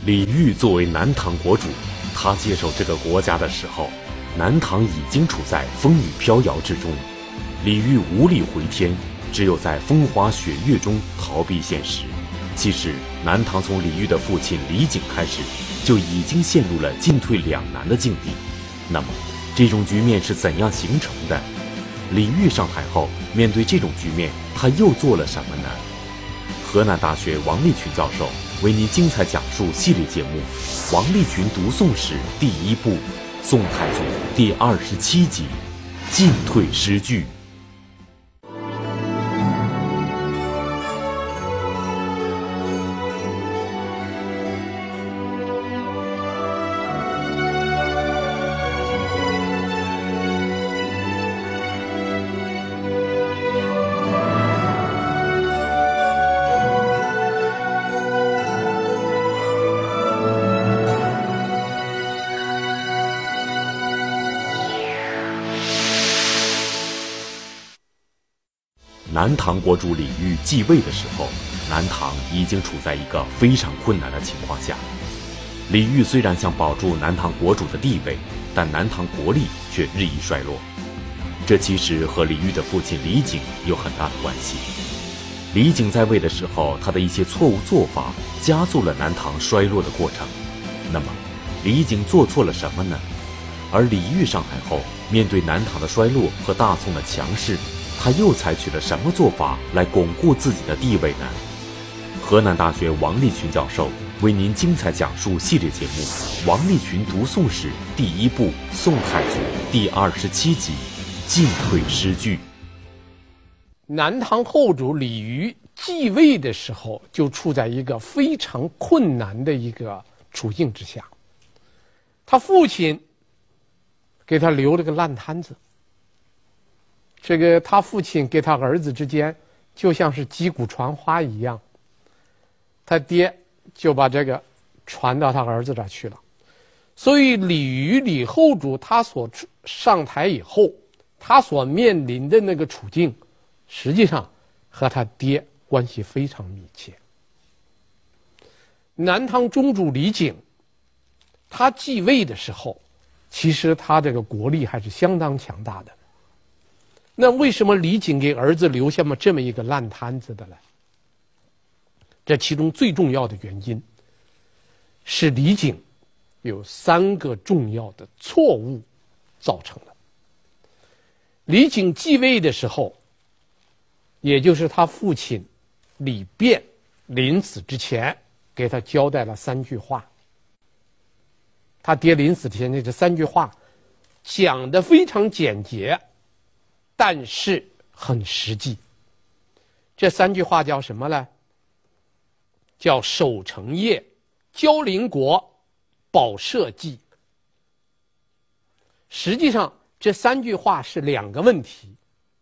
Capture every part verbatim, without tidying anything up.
李煜作为南唐国主，他接手这个国家的时候，南唐已经处在风雨飘摇之中，李煜无力回天，只有在风花雪月中逃避现实。其实，南唐从李煜的父亲李璟开始，就已经陷入了进退两难的境地。那么，这种局面是怎样形成的？李煜上台后，面对这种局面，他又做了什么呢？河南大学王立群教授为您精彩讲述系列节目《王立群读宋史》第一部《宋太祖》第二十七集《进退失据》。南唐国主李煜继位的时候，南唐已经处在一个非常困难的情况下。李煜虽然想保住南唐国主的地位，但南唐国力却日益衰落。这其实和李煜的父亲李璟有很大的关系。李璟在位的时候，他的一些错误做法加速了南唐衰落的过程。那么，李璟做错了什么呢？而李煜上台后，面对南唐的衰落和大宋的强势，他又采取了什么做法来巩固自己的地位呢？河南大学王立群教授为您精彩讲述系列节目《王立群读宋史》第一部《宋太祖》第二十七集《进退失据》。 南唐后主李煜继位的时候，就处在一个非常困难的一个处境之下。他父亲给他留了个烂摊子。这个他父亲给他儿子之间就像是击鼓传花一样，他爹就把这个传到他儿子这儿去了。所以李煜李后主他所上台以后，他所面临的那个处境，实际上和他爹关系非常密切。南唐中主李璟，他继位的时候，其实他这个国力还是相当强大的。那为什么李璟给儿子留下么这么一个烂摊子的呢？这其中最重要的原因是李璟有三个重要的错误造成的。李璟继位的时候，也就是他父亲李昪临死之前给他交代了三句话。他爹临死之前的这三句话讲得非常简洁，但是很实际。这三句话叫什么呢？叫守成业、交邻国、保社稷。实际上这三句话是两个问题。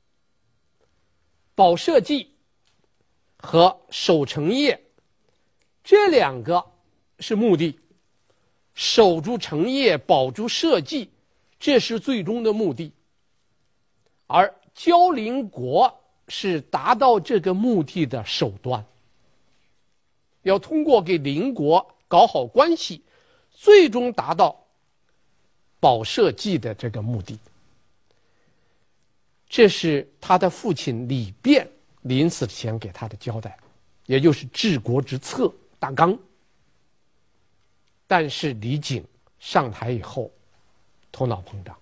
保社稷和守成业这两个是目的，守住成业，保住社稷，这是最终的目的。而交邻国是达到这个目的的手段，要通过给邻国搞好关系，最终达到保社稷的这个目的。这是他的父亲李昪临死前给他的交代，也就是治国之策大纲。但是李璟上台以后，头脑膨胀。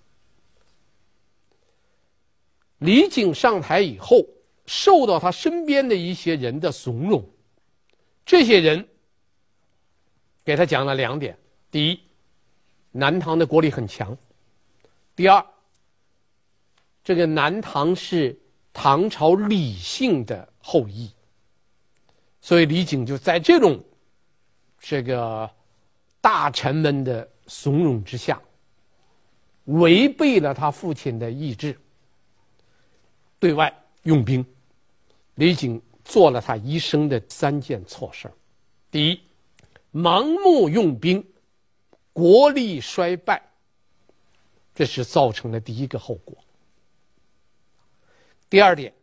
李璟上台以后，受到他身边的一些人的怂恿，这些人给他讲了两点：第一，南唐的国力很强；第二，这个南唐是唐朝李姓的后裔，所以李璟就在这种这个大臣们的怂恿之下，违背了他父亲的意志，对外用兵。李璟做了他一生的三件错事。第一，盲目用兵，国力衰败，这是造成了第一个后果。第二点，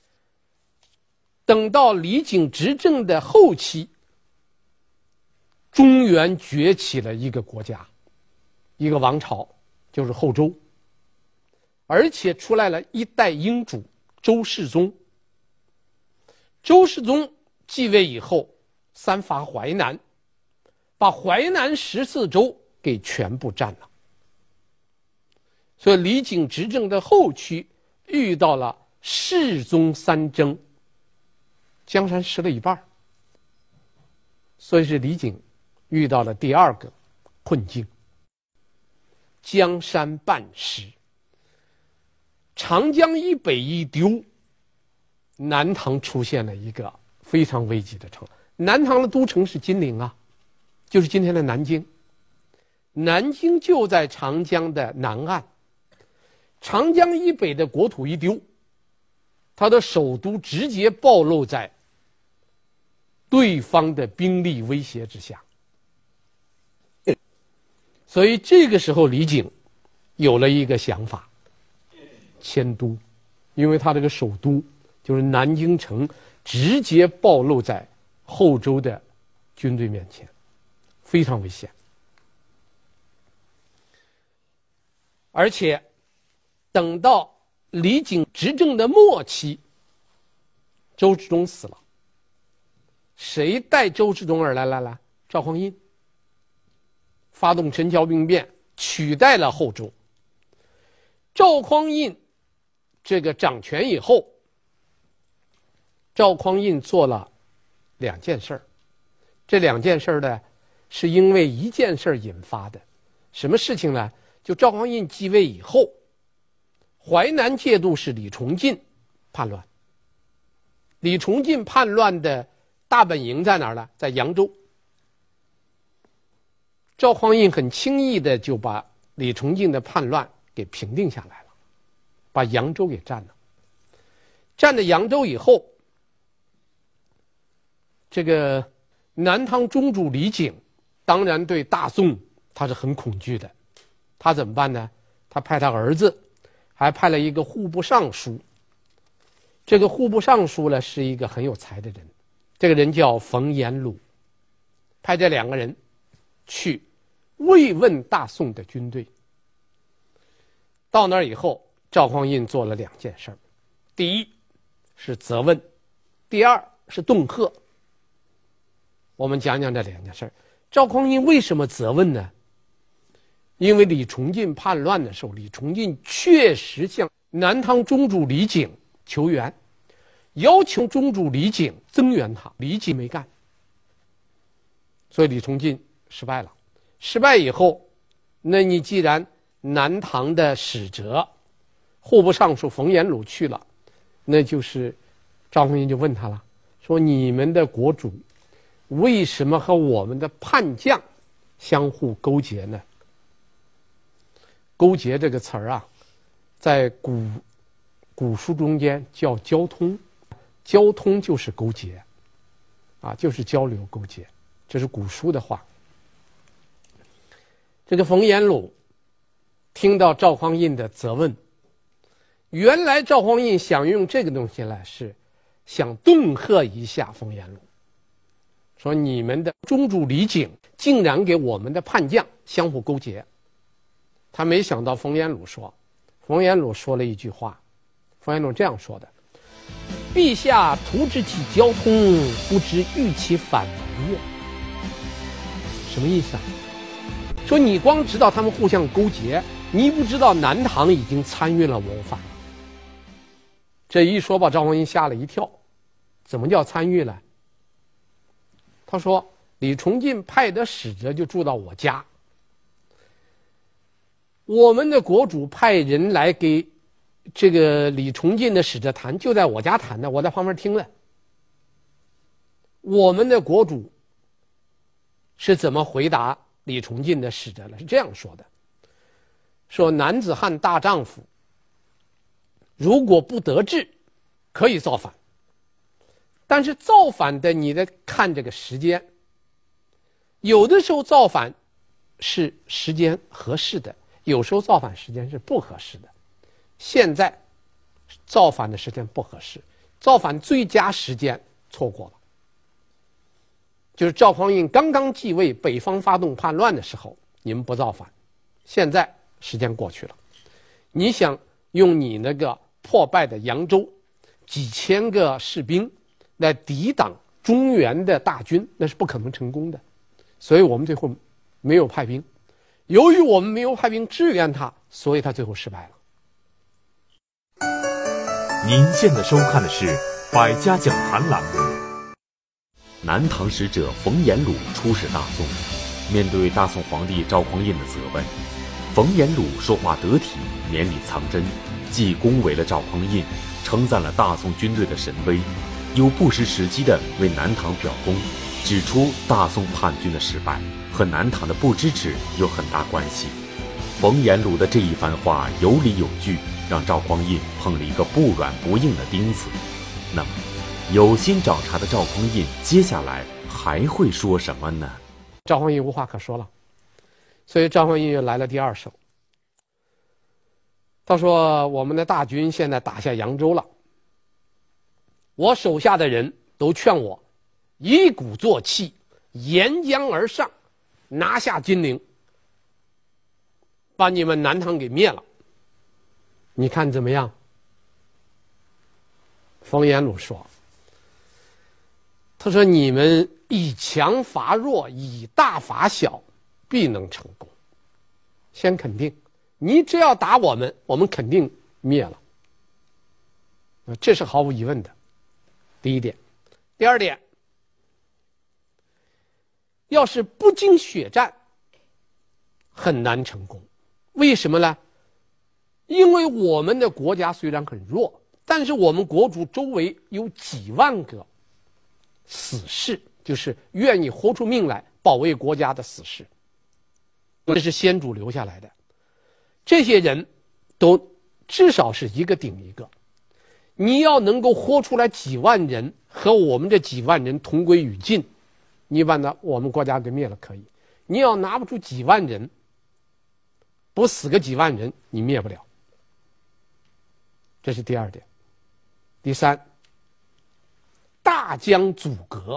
等到李璟执政的后期， 中原崛起了一个国家，一个王朝，就是后周，而且出来了一代英主周世宗。周世宗继位以后，三伐淮南，把淮南十四州给全部占了。所以李璟执政的后期遇到了世宗三征，江山失了一半，所以是李璟遇到了第二个困境，江山半失，长江以北一丢，南唐出现了一个非常危急的城。南唐的都城是金陵啊，就是今天的南京。南京就在长江的南岸，长江以北的国土一丢，它的首都直接暴露在对方的兵力威胁之下。所以这个时候李璟有了一个想法，迁都，因为他这个首都就是南京城直接暴露在后周的军队面前，非常危险。而且等到李璟执政的末期，周世宗死了，谁带周世宗而来？来来，赵匡胤发动陈桥兵变，取代了后周。赵匡胤这个掌权以后，赵匡胤做了两件事儿，这两件事儿呢，是因为一件事儿引发的。什么事情呢？就赵匡胤继位以后，淮南节度使李崇进叛乱。李崇进叛乱的大本营在哪儿呢？在扬州。赵匡胤很轻易的就把李崇进的叛乱给平定下来了，把扬州给占了。占了扬州以后，这个南唐中主李璟当然对大宋他是很恐惧的。他怎么办呢？他派他儿子，还派了一个户部尚书。这个户部尚书呢，是一个很有才的人，这个人叫冯延鲁，派这两个人去慰问大宋的军队。到那儿以后，赵匡胤做了两件事儿，第一是责问，第二是恫吓。我们讲讲这两件事儿。赵匡胤为什么责问呢？因为李崇进叛乱的时候，李崇进确实向南唐中主李璟求援，要求中主李璟增援他，李璟没干，所以李崇进失败了。失败以后，那你既然南唐的使者户部尚书冯延鲁去了，那就是赵匡胤就问他了，说你们的国主为什么和我们的叛将相互勾结呢？勾结这个词儿啊，在古古书中间叫交通，交通就是勾结，啊，就是交流勾结，这是古书的话。这个冯延鲁听到赵匡胤的责问，原来赵匡胤想用这个东西来是想恫吓一下冯延鲁，说你们的中主李璟竟然给我们的叛将相互勾结。他没想到冯延鲁说，冯延鲁说了一句话，冯延鲁这样说的：陛下图之其交通，不知欲其反为也。什么意思啊？说你光知道他们互相勾结，你不知道南唐已经参与了谋反。这一说把赵匡胤吓了一跳，怎么叫参与呢？他说李崇进派的使者就住到我家，我们的国主派人来给这个李崇进的使者谈，就在我家谈的，我在旁边听了。我们的国主是怎么回答李崇进的使者呢？是这样说的，说男子汉大丈夫如果不得志可以造反，但是造反的你得看这个时间，有的时候造反是时间合适的，有时候造反时间是不合适的。现在造反的时间不合适，造反最佳时间错过了。 就是赵匡胤刚刚继位，北方发动叛乱的时候，你们不造反。现在时间过去了，你想用你那个破败的扬州几千个士兵来抵挡中原的大军，那是不可能成功的。所以我们最后没有派兵。由于我们没有派兵支援他，所以他最后失败了。 您现在收看的是《百家讲坛》栏目。南唐使者冯延鲁出使大宋，面对大宋皇帝赵匡胤的责问，冯延鲁说话得体，绵里藏针，既恭维了赵匡胤，称赞了大宋军队的神威，又不失时机地为南唐表功，指出大宋叛军的失败和南唐的不支持有很大关系。冯延鲁的这一番话有理有据，让赵匡胤碰了一个不软不硬的钉子。那么有心找茬的赵匡胤接下来还会说什么呢？ 赵匡胤无话可说了，所以赵匡胤又来了第二手。他说我们的大军现在打下扬州了，我手下的人都劝我一鼓作气，沿江而上，拿下金陵，把你们南唐给灭了，你看怎么样？冯延鲁说，他说你们以强伐弱，以大伐小，必能成功。先肯定你只要打我们，我们肯定灭了，这是毫无疑问的。第一点。第二点，要是不经血战很难成功。为什么呢？因为我们的国家虽然很弱，但是我们国主周围有几万个死士，就是愿意豁出命来保卫国家的死士，这是先主留下来的。这些人都至少是一个顶一个，你要能够豁出来几万人和我们这几万人同归于尽，你把那我们国家给灭了可以。你要拿不出几万人，不死个几万人，你灭不了。这是第二点。第三，大江阻隔，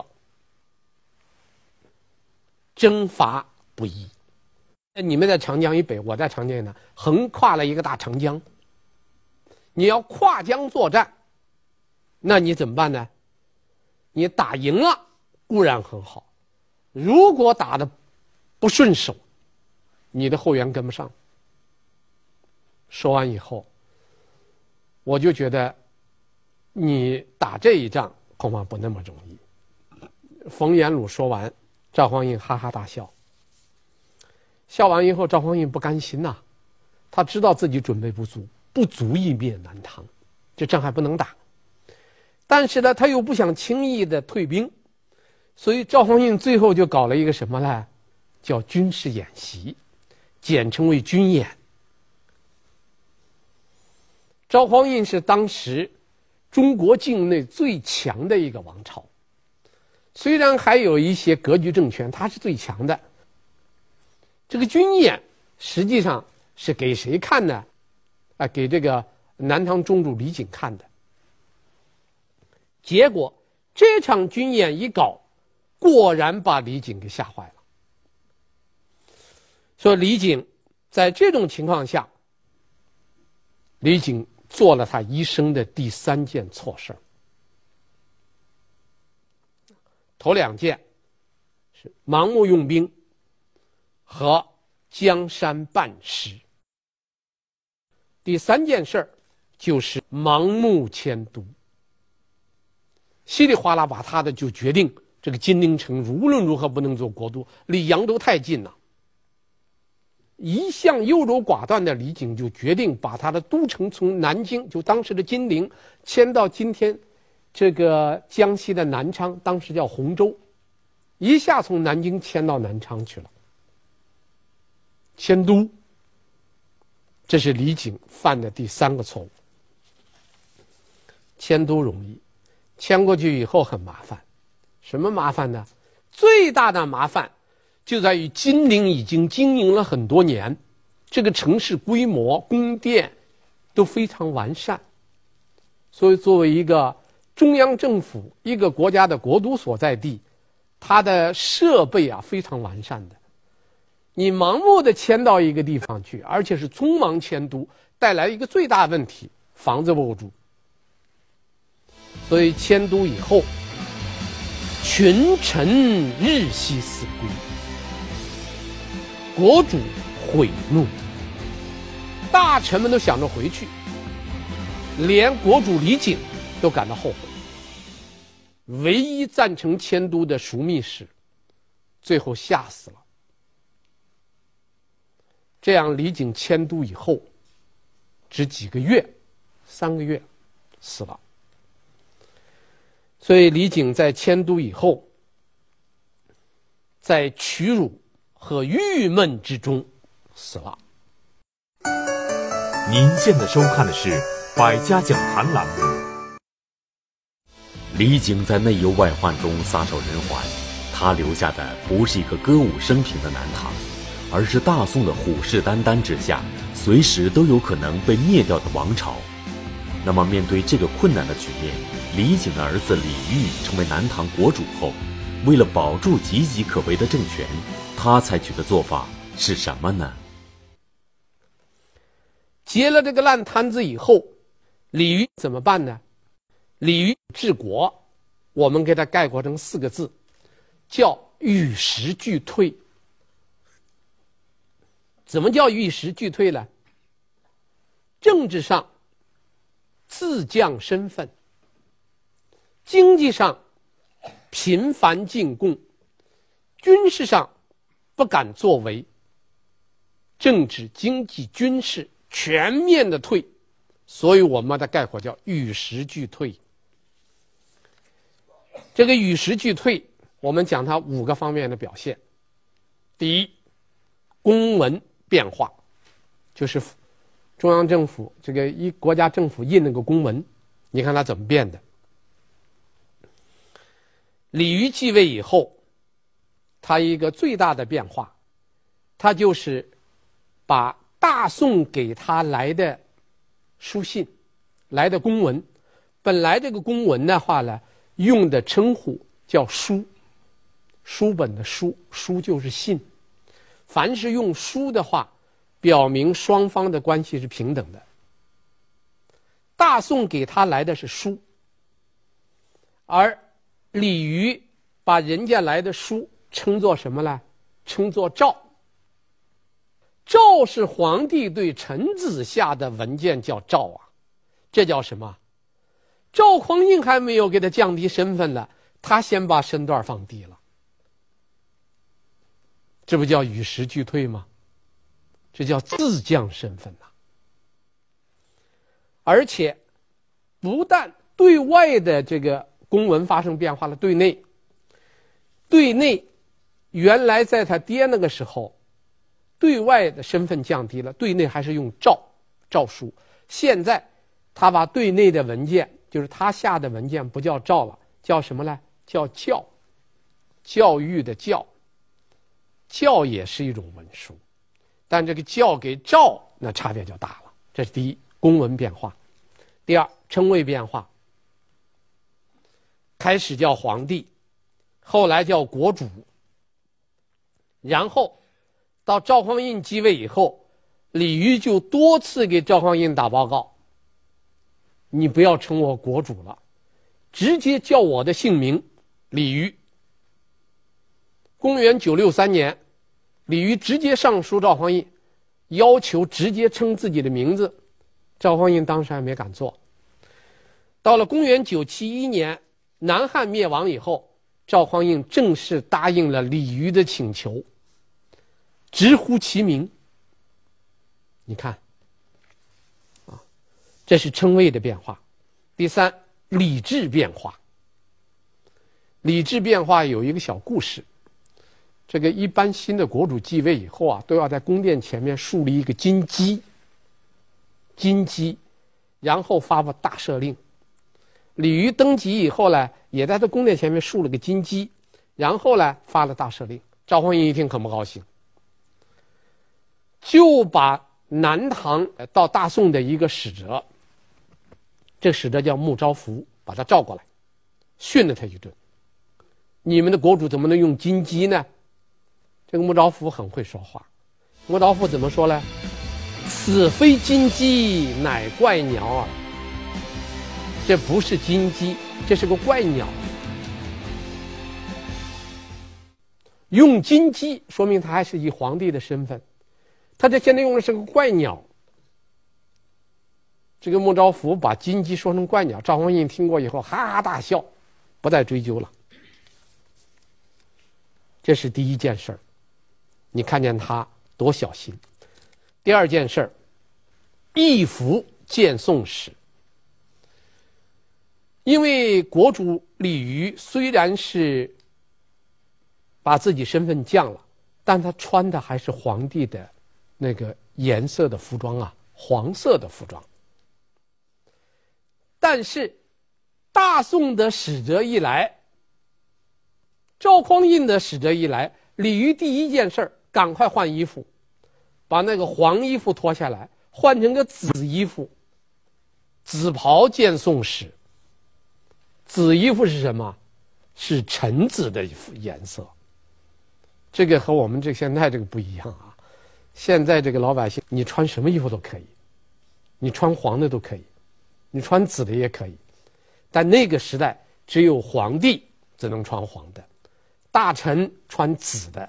征伐不易。你们在长江以北，我在长江以南，横跨了一个大长江，你要跨江作战，那你怎么办呢？你打赢了固然很好，如果打得不顺手，你的后援跟不上。说完以后，我就觉得你打这一仗恐怕不那么容易。冯延鲁说完，赵匡胤哈哈大笑。笑完以后，赵匡胤不甘心呐、啊，他知道自己准备不足，不足以灭南唐，这仗还不能打。但是呢，他又不想轻易的退兵，所以赵匡胤最后就搞了一个什么呢？叫军事演习，简称为军演。赵匡胤是当时中国境内最强的一个王朝，虽然还有一些割据政权，他是最强的。这个军演实际上是给谁看呢？啊，给这个南唐中主李璟看的。结果这场军演一搞，果然把李璟给吓坏了。说李璟在这种情况下，李璟做了他一生的第三件错事儿。头两件是盲目用兵和江山半失，第三件事儿就是盲目迁都，稀里哗啦把他的就决定这个金陵城无论如何不能做国都，离扬州太近了。一向优柔寡断的李璟就决定把他的都城从南京，就当时的金陵，迁到今天这个江西的南昌，当时叫洪州，一下从南京迁到南昌去了。迁都，这是李璟犯的第三个错误。迁都容易，迁过去以后很麻烦。什么麻烦呢？最大的麻烦就在于金陵已经经营了很多年，这个城市规模、宫殿都非常完善，所以作为一个中央政府、一个国家的国都所在地， 它的设备啊非常完善的。你盲目的迁到一个地方去，而且是匆忙迁都，带来一个最大问题，房子不够住。所以迁都以后，群臣日夕思归，国主悔怒，大臣们都想着回去，连国主李璟都感到后悔。唯一赞成迁都的枢密使，最后吓死了。这样李璟迁都以后，只几个月，三个月，死了。所以李璟在迁都以后，在屈辱和郁闷之中死了。 您现在收看的是《百家讲坛》栏目。李璟在内忧外患中撒手人寰，他留下的不是一个歌舞升平的南唐，而是大宋的虎视眈眈之下，随时都有可能被灭掉的王朝。那么面对这个困难的局面，李璟的儿子李煜成为南唐国主后，为了保住岌岌可危的政权，他采取的做法是什么呢？ 接了这个烂摊子以后，李煜怎么办呢？李煜治国，我们给它概括成四个字，叫与时俱退。怎么叫与时俱退呢？政治上自降身份，经济上频繁进贡，军事上不敢作为，政治、经济、军事全面的退，所以我们把它概括叫与时俱退。这个与时俱退，我们讲它五个方面的表现。第一，公文变化，就是中央政府这个一国家政府印那个公文，你看它怎么变的。李煜继位以后，他一个最大的变化，他就是把大宋给他来的书信、来的公文，本来这个公文的话呢，用的称呼叫书，书本的书，书就是信。凡是用书的话，表明双方的关系是平等的。大宋给他来的是书，而李煜把人家来的书称作什么呢？称作诏。诏是皇帝对臣子下的文件，叫诏啊。这叫什么？赵匡胤还没有给他降低身份呢，他先把身段放低了，这不叫与时俱退吗？这叫自降身份呐、啊！而且不但对外的这个公文发生变化了，对内，对内原来在他爹那个时候，对外的身份降低了，对内还是用诏诏书。现在他把对内的文件，就是他下的文件不叫诏了，叫什么呢？叫教，教育的教，教也是一种文书，但这个教给诏那差别就大了。这是第一，公文变化。第二，称谓变化，开始叫皇帝，后来叫国主，然后到赵匡胤继位以后，李煜就多次给赵匡胤打报告，你不要称我国主了，直接叫我的姓名李煜。公元九六三年，李煜直接上书赵匡胤，要求直接称自己的名字，赵匡胤当时还没敢做。到了公元九七一年，南汉灭亡以后，赵匡胤正式答应了李煜的请求，直呼其名。你看啊，这是称谓的变化。第三，礼制变化。礼制变化有一个小故事，这个一般新的国主继位以后啊，都要在宫殿前面树立一个金鸡，金鸡，然后发布大赦令。李煜登基以后呢，也在他宫殿前面竖了个金鸡，然后呢发了大赦令。赵匡胤一听可不高兴，就把南唐到大宋的一个使者，这个使者叫穆昭福，把他召过来，训了他一顿。 你们的国主怎么能用金鸡呢？这个穆昭福很会说话。穆昭福怎么说呢？此非金鸡，乃怪鸟耳。这不是金鸡，这是个怪鸟。用金鸡，说明他还是以皇帝的身份。他这现在用的是个怪鸟。这个穆昭福把金鸡说成怪鸟，赵匡胤听过以后哈哈大笑，不再追究了。这是第一件事儿，你看见他多小心。第二件事儿，义服见宋使。因为国主李渔虽然是把自己身份降了，但他穿的还是皇帝的那个颜色的服装啊，黄色的服装。但是大宋的使者一来，赵匡胤的使者一来，李渔第一件事赶快换衣服，把那个黄衣服脱下来，换成个紫衣服，紫袍见宋使。紫衣服是什么？是橙紫的颜色。这个和我们这现在这个不一样啊！现在这个老百姓，你穿什么衣服都可以，你穿黄的都可以，你穿紫的也可以。但那个时代，只有皇帝只能穿黄的，大臣穿紫的。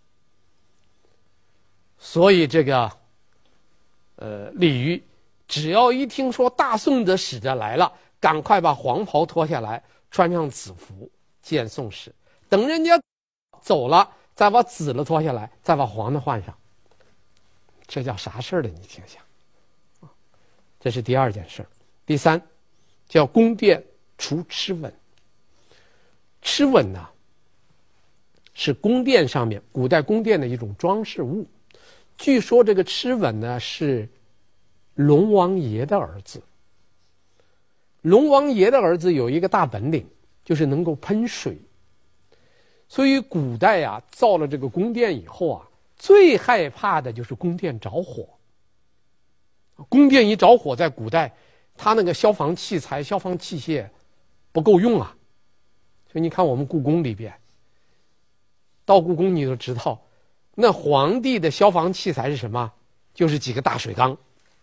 所以这个，呃，李渔只要一听说大宋的使者来了，赶快把黄袍脱下来，穿上紫服见宋使。等人家走了，再把紫的脱下来，再把黄的换上。这叫啥事儿的？你听想，这是第二件事。第三，叫宫殿除螭吻。螭吻呢，是宫殿上面古代宫殿的一种装饰物。据说这个螭吻呢是龙王爷的儿子。龙王爷的儿子有一个大本领，就是能够喷水。所以古代啊，造了这个宫殿以后啊，最害怕的就是宫殿着火。宫殿一着火，在古代，它那个消防器材、消防器械不够用啊。所以你看我们故宫里边，到故宫你都知道，那皇帝的消防器材是什么？就是几个大水缸，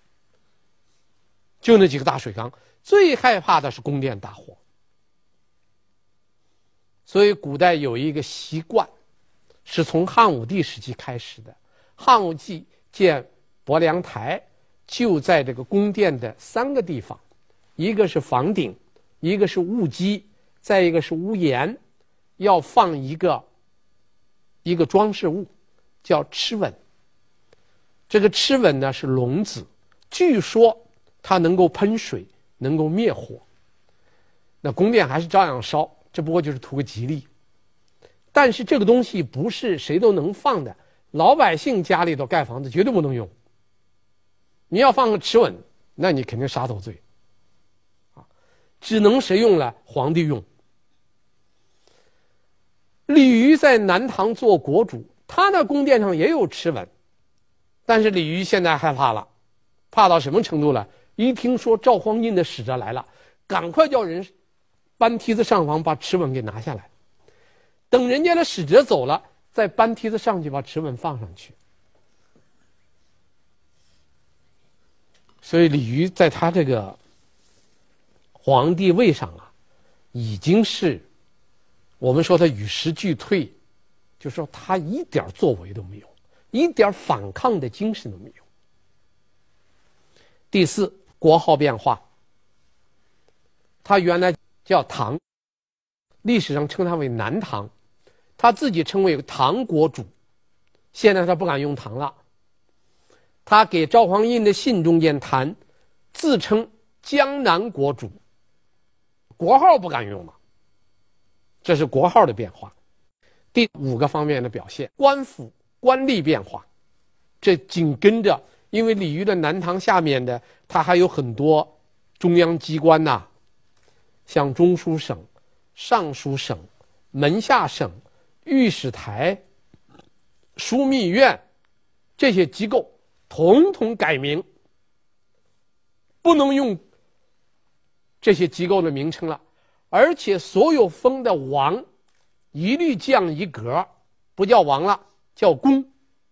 就那几个大水缸。最害怕的是宫殿大火。所以古代有一个习惯，是从汉武帝时期开始的。汉武帝建博凉台，就在这个宫殿的三个地方，一个是房顶，一个是屋基，再一个是屋檐，要放一个一个装饰物，叫螭吻。这个螭吻呢是龙子，据说它能够喷水，能够灭火。那宫殿还是照样烧，这不过就是图个吉利。但是这个东西不是谁都能放的，老百姓家里头盖房子绝对不能用。你要放个螭吻，那你肯定杀头罪啊！只能谁用了？皇帝用。李渔在南唐做国主，他那宫殿上也有螭吻，但是李渔现在害怕了，怕到什么程度了？一听说赵匡胤的使者来了，赶快叫人搬梯子上房，把螭吻给拿下来。等人家的使者走了，再搬梯子上去，把螭吻放上去。所以李渔在他这个皇帝位上啊，已经是我们说他与时俱退，就说他一点作为都没有，一点反抗的精神都没有。第四，国号变化。他原来叫唐，历史上称他为南唐，他自己称为唐国主，现在他不敢用唐了。他给赵匡胤的信中间谈，自称江南国主，国号不敢用了，这是国号的变化。第五个方面的表现，官府官吏变化，这紧跟着，因为李渔的南唐下面的，他还有很多中央机关呐、啊，像中书省、尚书省、门下省、御史台、枢密院这些机构统统改名，不能用这些机构的名称了，而且所有封的王一律降一格，不叫王了，叫公。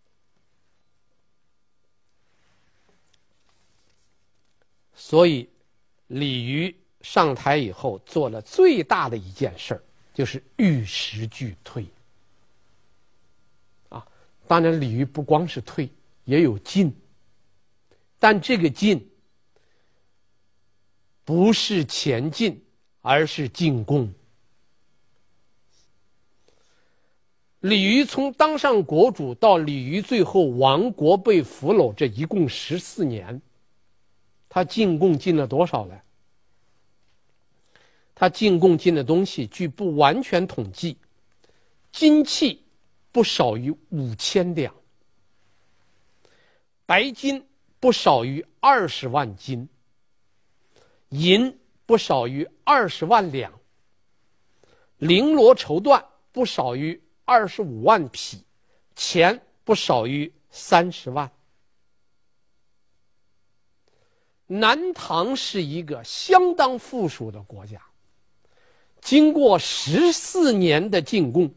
所以李渔上台以后做了最大的一件事儿，就是玉石俱退。啊，当然李渔不光是退，也有进，但这个进不是前进，而是进贡。李渔从当上国主到李渔最后亡国被俘虏，这一共十四年，他进贡进了多少呢？他进贡进的东西，据不完全统计，金器不少于五千两，白金不少于二十万斤，银不少于二十万两，绫罗绸缎不少于二十五万匹，钱不少于三十万。南唐是一个相当富庶的国家，经过十四年的进贡，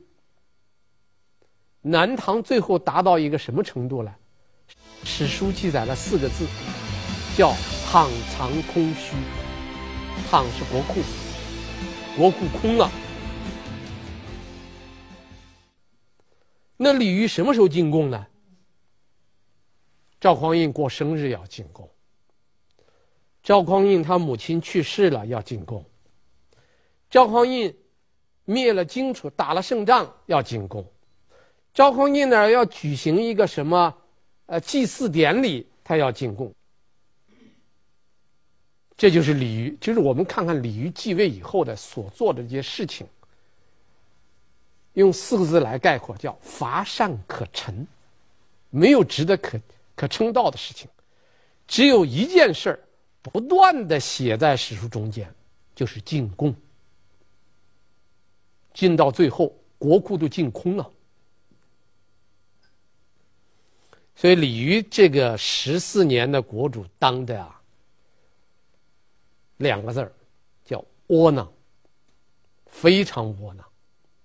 南唐最后达到一个什么程度呢？史书记载了四个字，叫躺藏空虚。躺是国库，国库空了。那李渔什么时候进贡呢？赵匡胤过生日要进贡，赵匡胤他母亲去世了要进贡，赵匡胤灭了荆楚打了胜仗要进贡，赵匡胤呢要举行一个什么呃祭祀典礼，他要进贡。这就是李渔，就是我们看看李渔继位以后的所做的这些事情，用四个字来概括，叫乏善可陈，没有值得可可称道的事情，只有一件事儿不断的写在史书中间，就是进贡。进到最后，国库都进空了。所以李渔这个十四年的国主当的啊，两个字儿叫窝囊，非常窝囊。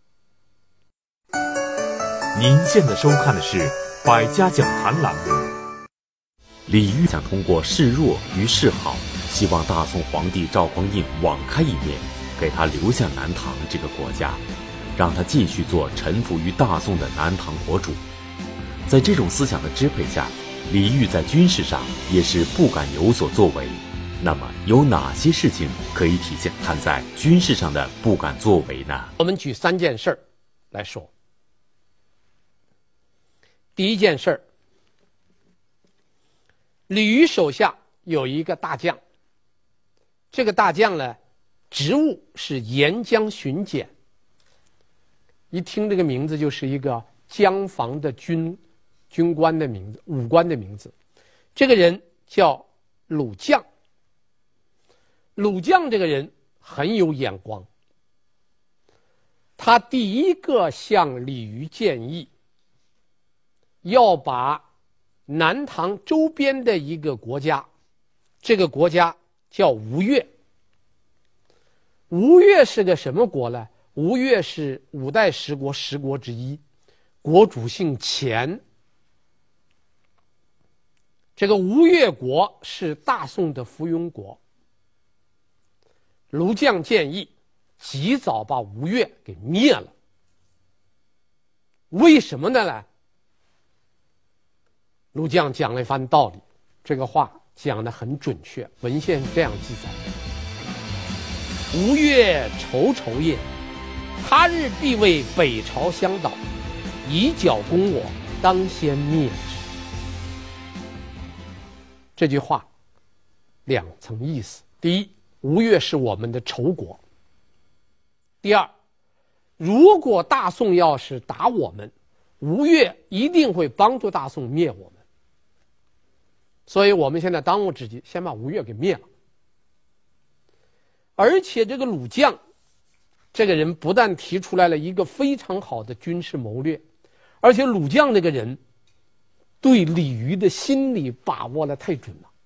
您现在收看的是《百家讲坛》栏目。李渔想通过示弱与示好，希望大宋皇帝赵匡胤网开一面，给他留下南唐这个国家，让他继续做臣服于大宋的南唐国主。在这种思想的支配下，李煜在军事上也是不敢有所作为。那么有哪些事情可以体现他在军事上的不敢作为呢？ 我们举三件事儿来说。第一件事儿，李煜手下有一个大将，这个大将呢，职务是沿江巡检。一听这个名字就是一个江防的军军官的名字，武官的名字。这个人叫鲁将。鲁将这个人很有眼光，他第一个向李煜建议，要把南唐周边的一个国家，这个国家叫吴越。吴越是个什么国呢？吴越是五代十国十国之一，国主姓钱。这个吴越国是大宋的附庸国。卢将建议及早把吴越给灭了。为什么呢？卢将讲了一番道理，这个话讲得很准确，文献是这样记载的：吴越仇仇也，他日必为北朝相导，以剿攻我，当先灭之。这句话两层意思：第一，吴越是我们的仇国；第二，如果大宋要是打我们，吴越一定会帮助大宋灭我们。所以我们现在当务之急，先把吴越给灭了。而且这个鲁将这个人不但提出来了一个非常好的军事谋略，而且鲁将这个人对李煜的心理把握得太准了。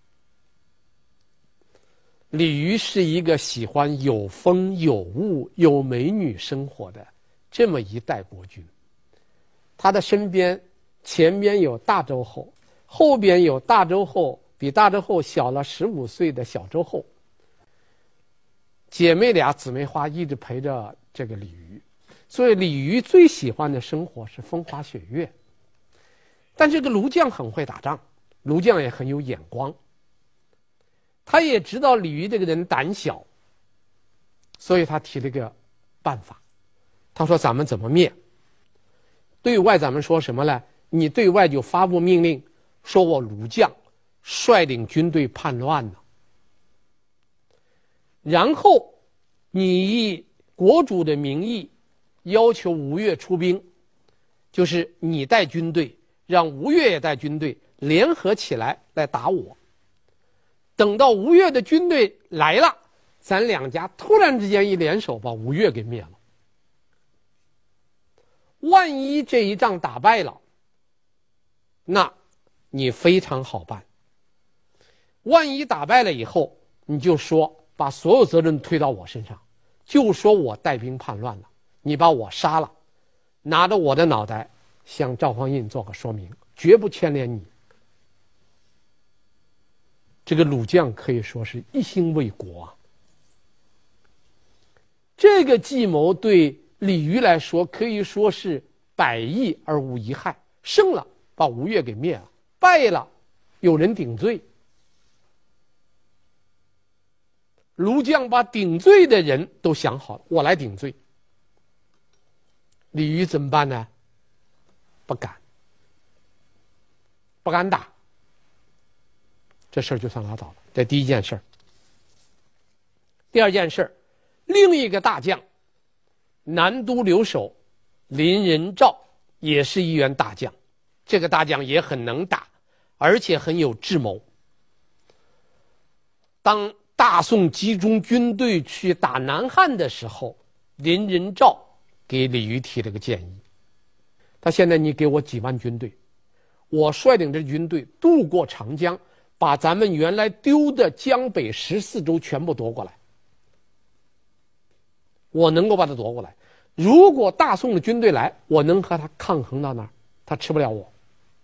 李煜是一个喜欢有风有雾有美女生活的这么一代国君，他的身边前边有大周后，后边有大周后比大周后小了十五岁的小周后，姐妹俩姊妹花一直陪着这个李渔，所以李渔最喜欢的生活是风花雪月。但这个卢将很会打仗，卢将也很有眼光，他也知道李渔这个人胆小，所以他提了个办法，他说咱们怎么灭？对外咱们说什么呢？你对外就发布命令，说我卢将率领军队叛乱呢，然后你以国主的名义要求吴越出兵，就是你带军队，让吴越也带军队联合起来来打我。等到吴越的军队来了，咱两家突然之间一联手，把吴越给灭了。万一这一仗打败了，那你非常好办。万一打败了以后，你就说把所有责任推到我身上，就说我带兵叛乱了，你把我杀了，拿着我的脑袋向赵匡胤做个说明，绝不牵连你。这个鲁将可以说是一心为国啊。这个计谋对李渔来说可以说是百益而无一害，胜了把吴越给灭了，败了有人顶罪。卢将把顶罪的人都想好了，我来顶罪。李渔怎么办呢？不敢，不敢打，这事儿就算拉倒了。这第一件事儿。第二件事儿，另一个大将南都留守林仁兆也是一员大将，这个大将也很能打，而且很有智谋。当大宋集中军队去打南汉的时候，林仁兆给李渔提了个建议，他现在你给我几万军队，我率领着军队渡过长江，把咱们原来丢的江北十四州全部夺过来。我能够把它夺过来，如果大宋的军队来，我能和他抗衡到那儿，他吃不了我。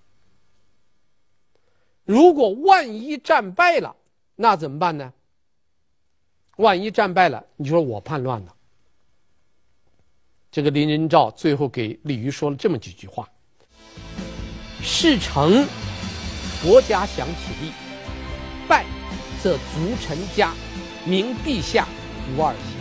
如果万一战败了，那怎么办呢？万一战败了，你说我叛乱了。这个林仁兆最后给李渔说了这么几句话：事成，国家享其利；败，则族臣家，明陛下无二心。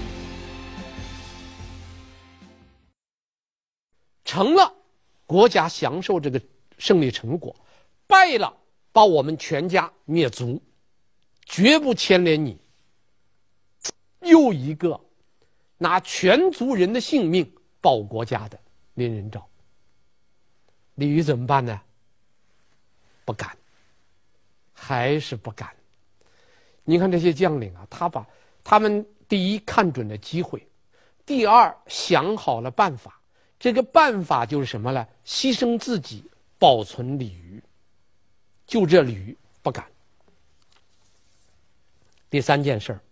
成了，国家享受这个胜利成果；败了，把我们全家灭族，绝不牵连你。又一个拿全族人的性命保国家的林仁兆。李渔怎么办呢？不敢，还是不敢。你看这些将领啊，他把他们第一看准了机会，第二想好了办法。这个办法就是什么呢？牺牲自己，保存李渔。就这李渔不敢。第三件事儿，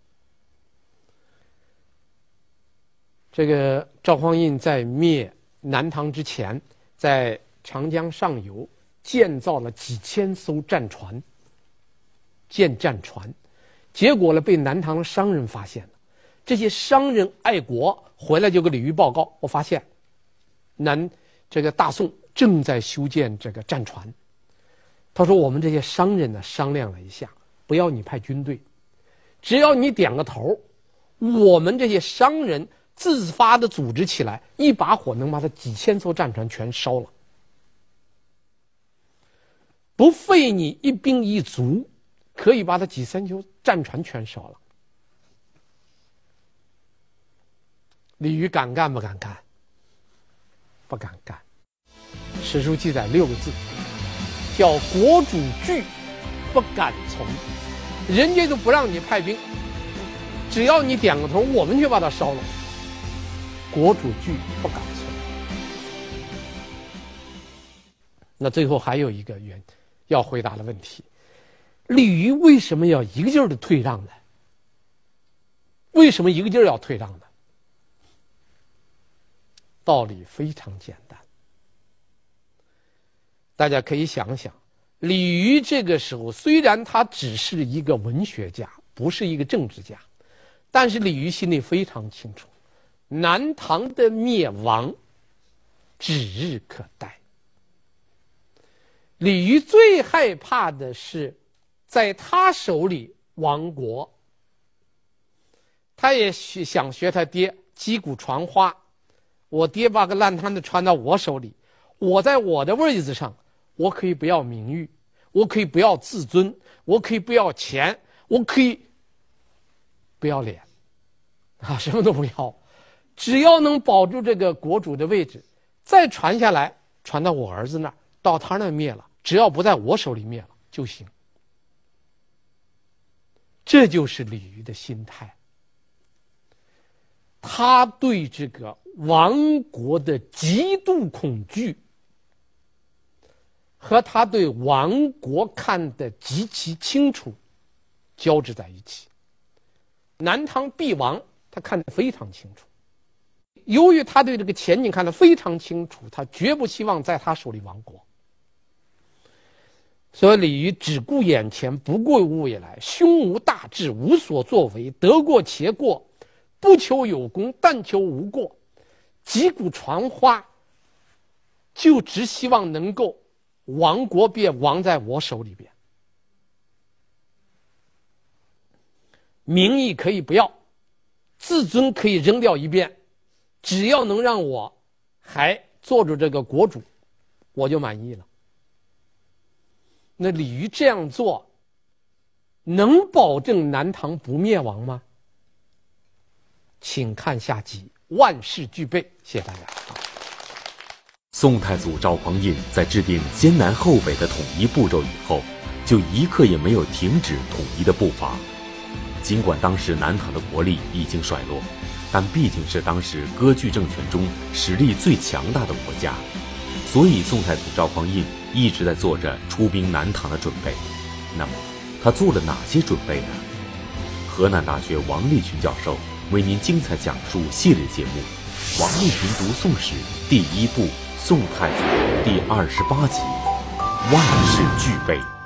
这个赵匡胤在灭南唐之前，在长江上游建造了几千艘战船，建战船，结果呢被南唐的商人发现了。这些商人爱国，回来就给李渔报告，我发现南这个大宋正在修建这个战船。他说我们这些商人呢商量了一下，不要你派军队，只要你点个头，我们这些商人自发的组织起来，一把火能把他几千艘战船全烧了，不费你一兵一卒，可以把他几千艘战船全烧了。李渔敢干不敢干？不敢干。史书记载六个字，叫国主惧，不敢从。人家都不让你派兵，只要你点个头，我们去把它烧了。国主惧，不敢从。那最后还有一个原要回答的问题：李渔为什么要一个劲儿的退让呢？为什么一个劲儿要退让呢？ 道理非常简单。大家可以想想，李渔这个时候虽然他只是一个文学家，不是一个政治家，但是李渔心里非常清楚，南唐的灭亡指日可待。李渔最害怕的是在他手里亡国，他也想学他爹击鼓传花，我爹把个烂摊子传到我手里，我在我的位子上，我可以不要名誉，我可以不要自尊，我可以不要钱，我可以不要脸啊，什么都不要，只要能保住这个国主的位置，再传下来，传到我儿子那儿，到他那儿灭了，只要不在我手里灭了就行。这就是李渔的心态，他对这个亡国的极度恐惧和他对亡国看得极其清楚交织在一起。南唐必亡，他看得非常清楚。由于他对这个前景看得非常清楚，他绝不希望在他手里亡国。所以李渔只顾眼前，不顾未来，胸无大志，无所作为，得过且过，不求有功，但求无过，击鼓传花，就只希望能够亡国别亡在我手里边。名义可以不要，自尊可以扔掉一边，只要能让我还做着这个国主，我就满意了。那李渔这样做能保证南唐不灭亡吗？请看下集，万事俱备。谢谢大家。 宋太祖赵匡胤在制定先南后北的统一步骤以后，就一刻也没有停止统一的步伐。尽管当时南唐的国力已经衰落，但毕竟是当时割据政权中实力最强大的国家，所以宋太祖赵匡胤一直在做着出兵南唐的准备。那么他做了哪些准备呢？河南大学王立群教授为您精彩讲述系列节目《王立群读宋史》第一部《宋太祖》第二十八集《万事俱备》。